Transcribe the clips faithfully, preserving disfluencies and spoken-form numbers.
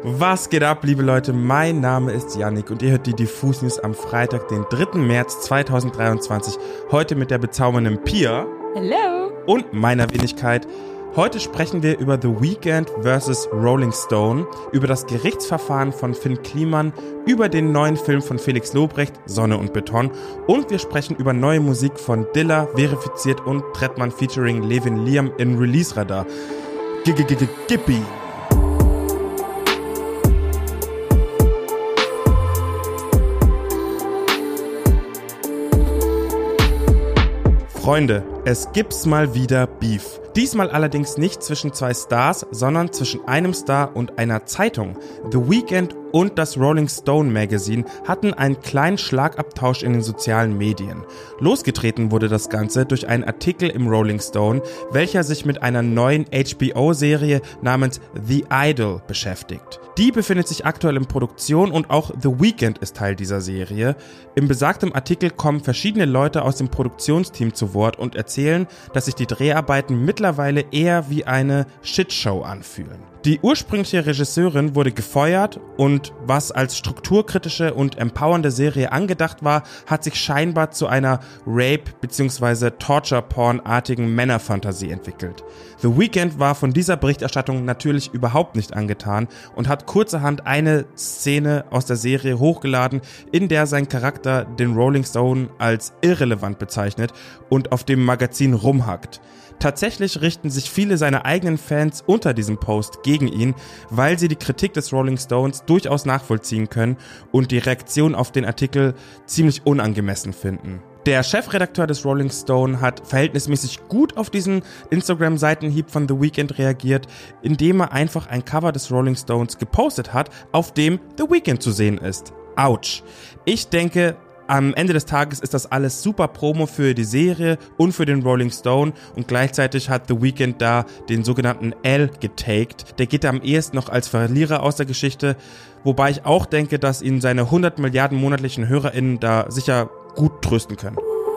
Was geht ab, liebe Leute? Mein Name ist Yannick und ihr hört die Diffus News am Freitag, den dritten März zweitausenddreiundzwanzig. Heute mit der bezaubernden Pia. Hello. Und meiner Wenigkeit. Heute sprechen wir über The Weeknd versus Rolling Stone, über das Gerichtsverfahren von Finn Kliman, über den neuen Film von Felix Lobrecht, Sonne und Beton, und wir sprechen über neue Musik von Dilla, Verifiziert und Trettmann featuring Levin Liam in Release Radar. Gippi. Freunde, es gibt's mal wieder Beef. Diesmal allerdings nicht zwischen zwei Stars, sondern zwischen einem Star und einer Zeitung. The Weeknd und das Rolling Stone Magazine hatten einen kleinen Schlagabtausch in den sozialen Medien. Losgetreten wurde das Ganze durch einen Artikel im Rolling Stone, welcher sich mit einer neuen H B O-Serie namens The Idol beschäftigt. Die befindet sich aktuell in Produktion und auch The Weeknd ist Teil dieser Serie. Im besagten Artikel kommen verschiedene Leute aus dem Produktionsteam zu Wort und erzählen, dass sich die Dreharbeiten mittlerweile eher wie eine Shitshow anfühlen. Die ursprüngliche Regisseurin wurde gefeuert und was als strukturkritische und empowernde Serie angedacht war, hat sich scheinbar zu einer Rape- bzw. Torture-Porn-artigen Männerfantasie entwickelt. The Weeknd war von dieser Berichterstattung natürlich überhaupt nicht angetan und hat kurzerhand eine Szene aus der Serie hochgeladen, in der sein Charakter den Rolling Stone als irrelevant bezeichnet und auf dem Magazin rumhackt. Tatsächlich richten sich viele seiner eigenen Fans unter diesem Post gegen ihn, weil sie die Kritik des Rolling Stones durchaus nachvollziehen können und die Reaktion auf den Artikel ziemlich unangemessen finden. Der Chefredakteur des Rolling Stone hat verhältnismäßig gut auf diesen Instagram-Seitenhieb von The Weeknd reagiert, indem er einfach ein Cover des Rolling Stones gepostet hat, auf dem The Weeknd zu sehen ist. Autsch. Ich denke, am Ende des Tages ist das alles super Promo für die Serie und für den Rolling Stone und gleichzeitig hat The Weeknd da den sogenannten L getaked. Der geht da am ehesten noch als Verlierer aus der Geschichte, wobei ich auch denke, dass ihn seine hundert Milliarden monatlichen HörerInnen da sicher gut trösten können.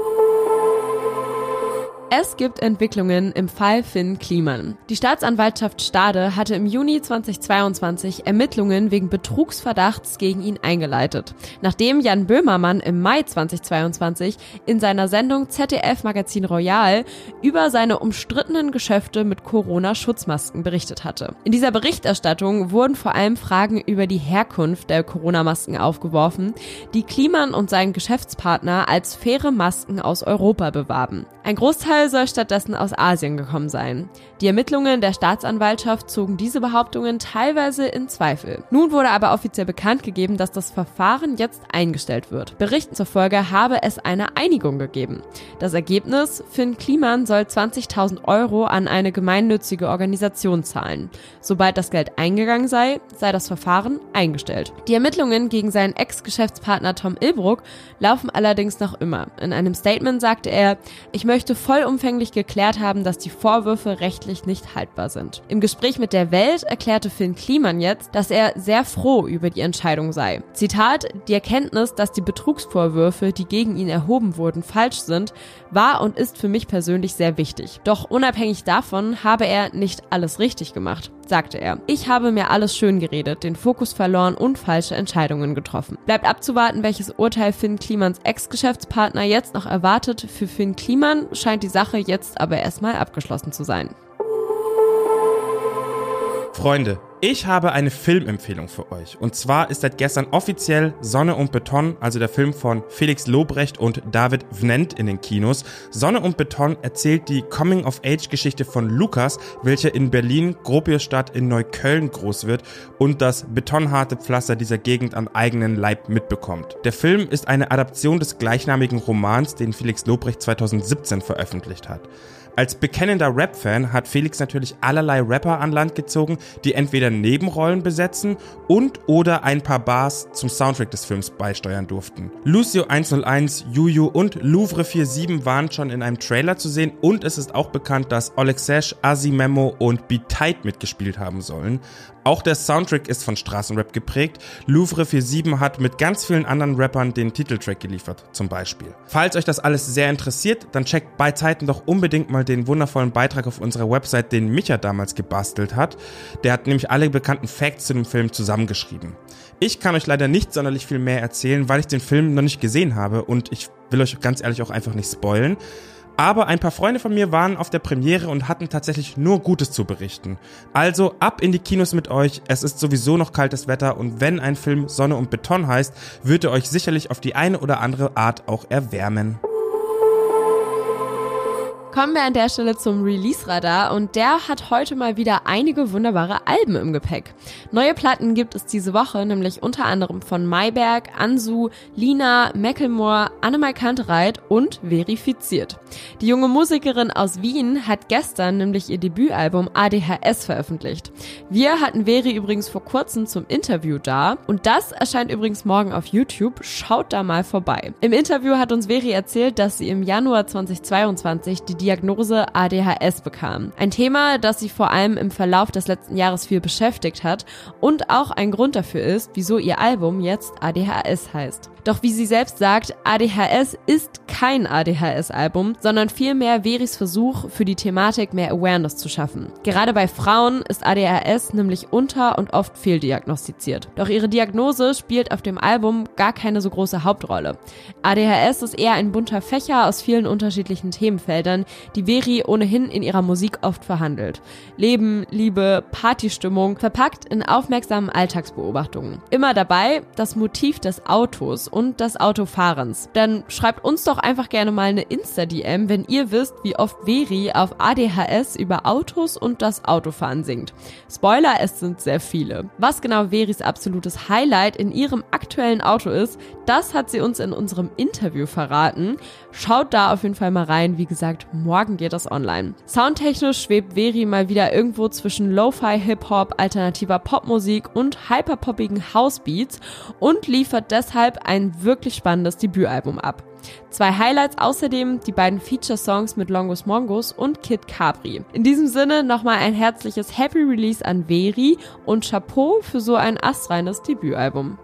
Es gibt Entwicklungen im Fall Finn Kliman. Die Staatsanwaltschaft Stade hatte im Juni zweitausendzweiundzwanzig Ermittlungen wegen Betrugsverdachts gegen ihn eingeleitet, nachdem Jan Böhmermann im Mai zweitausendzweiundzwanzig in seiner Sendung Z D F Magazin Royal über seine umstrittenen Geschäfte mit Corona-Schutzmasken berichtet hatte. In dieser Berichterstattung wurden vor allem Fragen über die Herkunft der Corona-Masken aufgeworfen, die Kliman und sein Geschäftspartner als faire Masken aus Europa bewarben. Ein Großteil soll stattdessen aus Asien gekommen sein. Die Ermittlungen der Staatsanwaltschaft zogen diese Behauptungen teilweise in Zweifel. Nun wurde aber offiziell bekannt gegeben, dass das Verfahren jetzt eingestellt wird. Berichten zufolge habe es eine Einigung gegeben. Das Ergebnis: Finn Kliman soll zwanzigtausend Euro an eine gemeinnützige Organisation zahlen. Sobald das Geld eingegangen sei, sei das Verfahren eingestellt. Die Ermittlungen gegen seinen Ex-Geschäftspartner Tom Ilbruck laufen allerdings noch immer. In einem Statement sagte er: Ich möchte vollumfänglich geklärt haben, dass die Vorwürfe rechtlich nicht haltbar sind. Im Gespräch mit der Welt erklärte Finn Kliman jetzt, dass er sehr froh über die Entscheidung sei. Zitat: Die Erkenntnis, dass die Betrugsvorwürfe, die gegen ihn erhoben wurden, falsch sind, war und ist für mich persönlich sehr wichtig. Doch unabhängig davon habe er nicht alles richtig gemacht, sagte er. Ich habe mir alles schön geredet, den Fokus verloren und falsche Entscheidungen getroffen. Bleibt abzuwarten, welches Urteil Finn Klimans Ex-Geschäftspartner jetzt noch erwartet. Für Finn Kliman scheint die Sache jetzt aber erstmal abgeschlossen zu sein. Freunde, ich habe eine Filmempfehlung für euch. Und zwar ist seit gestern offiziell Sonne und Beton, also der Film von Felix Lobrecht und David Vnent in den Kinos. Sonne und Beton erzählt die Coming-of-Age-Geschichte von Lukas, welcher in Berlin, Gropiusstadt in Neukölln groß wird und das betonharte Pflaster dieser Gegend am eigenen Leib mitbekommt. Der Film ist eine Adaption des gleichnamigen Romans, den Felix Lobrecht zweitausendsiebzehn veröffentlicht hat. Als bekennender Rap-Fan hat Felix natürlich allerlei Rapper an Land gezogen, die entweder Nebenrollen besetzen und oder ein paar Bars zum Soundtrack des Films beisteuern durften. Lucio hunderteins, Juju und Louvre siebenundvierzig waren schon in einem Trailer zu sehen und es ist auch bekannt, dass Oleg Sesh, Asi Memo und Beat Tight mitgespielt haben sollen. Auch der Soundtrack ist von Straßenrap geprägt. Louvre vierundvierzig hat mit ganz vielen anderen Rappern den Titeltrack geliefert, zum Beispiel. Falls euch das alles sehr interessiert, dann checkt bei Zeiten doch unbedingt mal den wundervollen Beitrag auf unserer Website, den Micha damals gebastelt hat. Der hat nämlich alle bekannten Facts zu dem Film zusammengeschrieben. Ich kann euch leider nicht sonderlich viel mehr erzählen, weil ich den Film noch nicht gesehen habe und ich will euch ganz ehrlich auch einfach nicht spoilen. Aber ein paar Freunde von mir waren auf der Premiere und hatten tatsächlich nur Gutes zu berichten. Also ab in die Kinos mit euch, es ist sowieso noch kaltes Wetter und wenn ein Film Sonne und Beton heißt, wird er euch sicherlich auf die eine oder andere Art auch erwärmen. Kommen wir an der Stelle zum Release-Radar und der hat heute mal wieder einige wunderbare Alben im Gepäck. Neue Platten gibt es diese Woche, nämlich unter anderem von Mayberg, Ansu, Lina, Macklemore, Annemai Kantereit und Verifiziert. Die junge Musikerin aus Wien hat gestern nämlich ihr Debütalbum A D H S veröffentlicht. Wir hatten Veri übrigens vor kurzem zum Interview da und das erscheint übrigens morgen auf YouTube. Schaut da mal vorbei. Im Interview hat uns Veri erzählt, dass sie im Januar zweitausendzweiundzwanzig die Diagnose A D H S bekam. Ein Thema, das sie vor allem im Verlauf des letzten Jahres viel beschäftigt hat und auch ein Grund dafür ist, wieso ihr Album jetzt A D H S heißt. Doch wie sie selbst sagt, A D H S ist kein A D H S-Album, sondern vielmehr Veris Versuch, für die Thematik mehr Awareness zu schaffen. Gerade bei Frauen ist A D H S nämlich unter- und oft fehldiagnostiziert. Doch ihre Diagnose spielt auf dem Album gar keine so große Hauptrolle. A D H S ist eher ein bunter Fächer aus vielen unterschiedlichen Themenfeldern, die Veri ohnehin in ihrer Musik oft verhandelt. Leben, Liebe, Partystimmung, verpackt in aufmerksamen Alltagsbeobachtungen. Immer dabei das Motiv des Autos und des Autofahrens. Dann schreibt uns doch einfach gerne mal eine Insta-D M, wenn ihr wisst, wie oft Veri auf A D H S über Autos und das Autofahren singt. Spoiler, es sind sehr viele. Was genau Veris absolutes Highlight in ihrem aktuellen Auto ist, das hat sie uns in unserem Interview verraten. Schaut da auf jeden Fall mal rein. Wie gesagt, morgen geht das online. Soundtechnisch schwebt Veri mal wieder irgendwo zwischen Lo-Fi, Hip-Hop, alternativer Popmusik und hyperpoppigen Housebeats und liefert deshalb ein wirklich spannendes Debütalbum ab. Zwei Highlights außerdem, die beiden Feature-Songs mit Longus Mongus und Kid Capri. In diesem Sinne nochmal ein herzliches Happy Release an Veri und Chapeau für so ein astreines Debütalbum.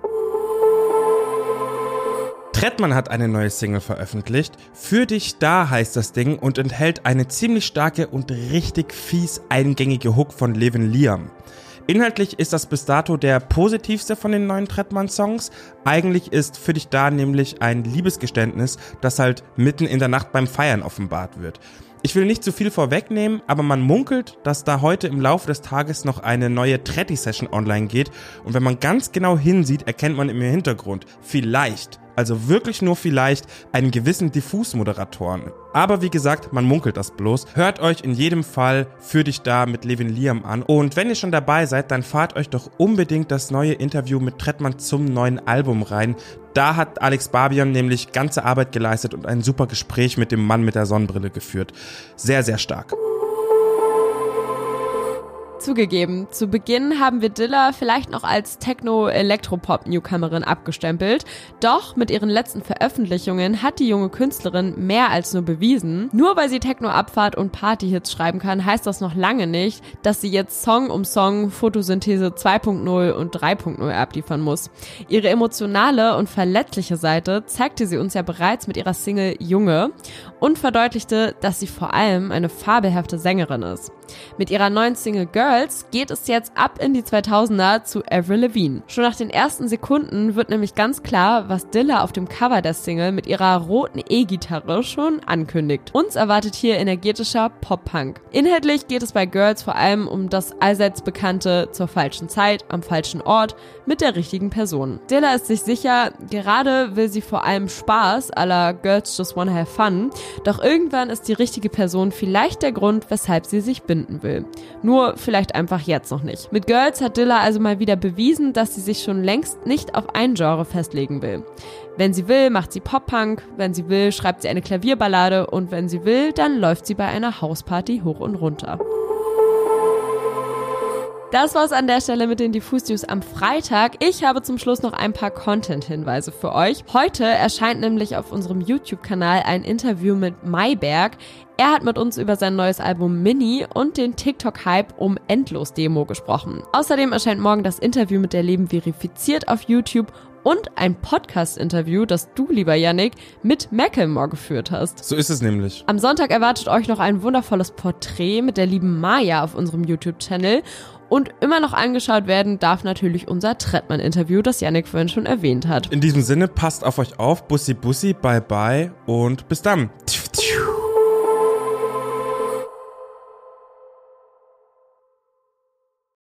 Trettmann hat eine neue Single veröffentlicht. Für dich da heißt das Ding und enthält eine ziemlich starke und richtig fies eingängige Hook von Levin Liam. Inhaltlich ist das bis dato der positivste von den neuen Trettmann-Songs. Eigentlich ist Für dich da nämlich ein Liebesgeständnis, das halt mitten in der Nacht beim Feiern offenbart wird. Ich will nicht zu viel vorwegnehmen, aber man munkelt, dass da heute im Laufe des Tages noch eine neue Tretti-Session online geht und wenn man ganz genau hinsieht, erkennt man im Hintergrund vielleicht, also wirklich nur vielleicht, einen gewissen Diffus-Moderatoren. Aber wie gesagt, man munkelt das bloß. Hört euch in jedem Fall Für dich da mit Levin Liam an und wenn ihr schon dabei seid, dann fahrt euch doch unbedingt das neue Interview mit Trettmann zum neuen Album rein. Da hat Alex Barbian nämlich ganze Arbeit geleistet und ein super Gespräch mit dem Mann mit der Sonnenbrille geführt. Sehr, sehr stark. Zugegeben, zu Beginn haben wir Dilla vielleicht noch als Techno-Elektropop-Newcomerin abgestempelt, doch mit ihren letzten Veröffentlichungen hat die junge Künstlerin mehr als nur bewiesen. Nur weil sie Techno-Abfahrt und Party-Hits schreiben kann, heißt das noch lange nicht, dass sie jetzt Song um Song Photosynthese zwei Punkt null und drei Punkt null abliefern muss. Ihre emotionale und verletzliche Seite zeigte sie uns ja bereits mit ihrer Single Junge und verdeutlichte, dass sie vor allem eine fabelhafte Sängerin ist. Mit ihrer neuen Single Girls geht es jetzt ab in die zweitausender zu Avril Lavigne. Schon nach den ersten Sekunden wird nämlich ganz klar, was Dilla auf dem Cover der Single mit ihrer roten E-Gitarre schon ankündigt. Uns erwartet hier energetischer Pop-Punk. Inhaltlich geht es bei Girls vor allem um das allseits bekannte zur falschen Zeit, am falschen Ort, mit der richtigen Person. Dilla ist sich sicher, gerade will sie vor allem Spaß à la Girls Just Wanna Have Fun, doch irgendwann ist die richtige Person vielleicht der Grund, weshalb sie sich binden will. Nur vielleicht einfach jetzt noch nicht. Mit Girls hat Dilla also mal wieder bewiesen, dass sie sich schon längst nicht auf ein Genre festlegen will. Wenn sie will, macht sie Pop-Punk, wenn sie will, schreibt sie eine Klavierballade und wenn sie will, dann läuft sie bei einer Hausparty hoch und runter. Das war's an der Stelle mit den Diffus News am Freitag. Ich habe zum Schluss noch ein paar Content-Hinweise für euch. Heute erscheint nämlich auf unserem YouTube-Kanal ein Interview mit Mayberg. Er hat mit uns über sein neues Album Mini und den TikTok-Hype um Endlos-Demo gesprochen. Außerdem erscheint morgen das Interview mit der Leben verifiziert auf YouTube und ein Podcast-Interview, das du, lieber Yannick, mit Macklemore geführt hast. So ist es nämlich. Am Sonntag erwartet euch noch ein wundervolles Porträt mit der lieben Maya auf unserem YouTube-Channel. Und immer noch angeschaut werden darf natürlich unser Trettmann-Interview, das Yannick vorhin schon erwähnt hat. In diesem Sinne, passt auf euch auf. Bussi, bussi, bye, bye und bis dann.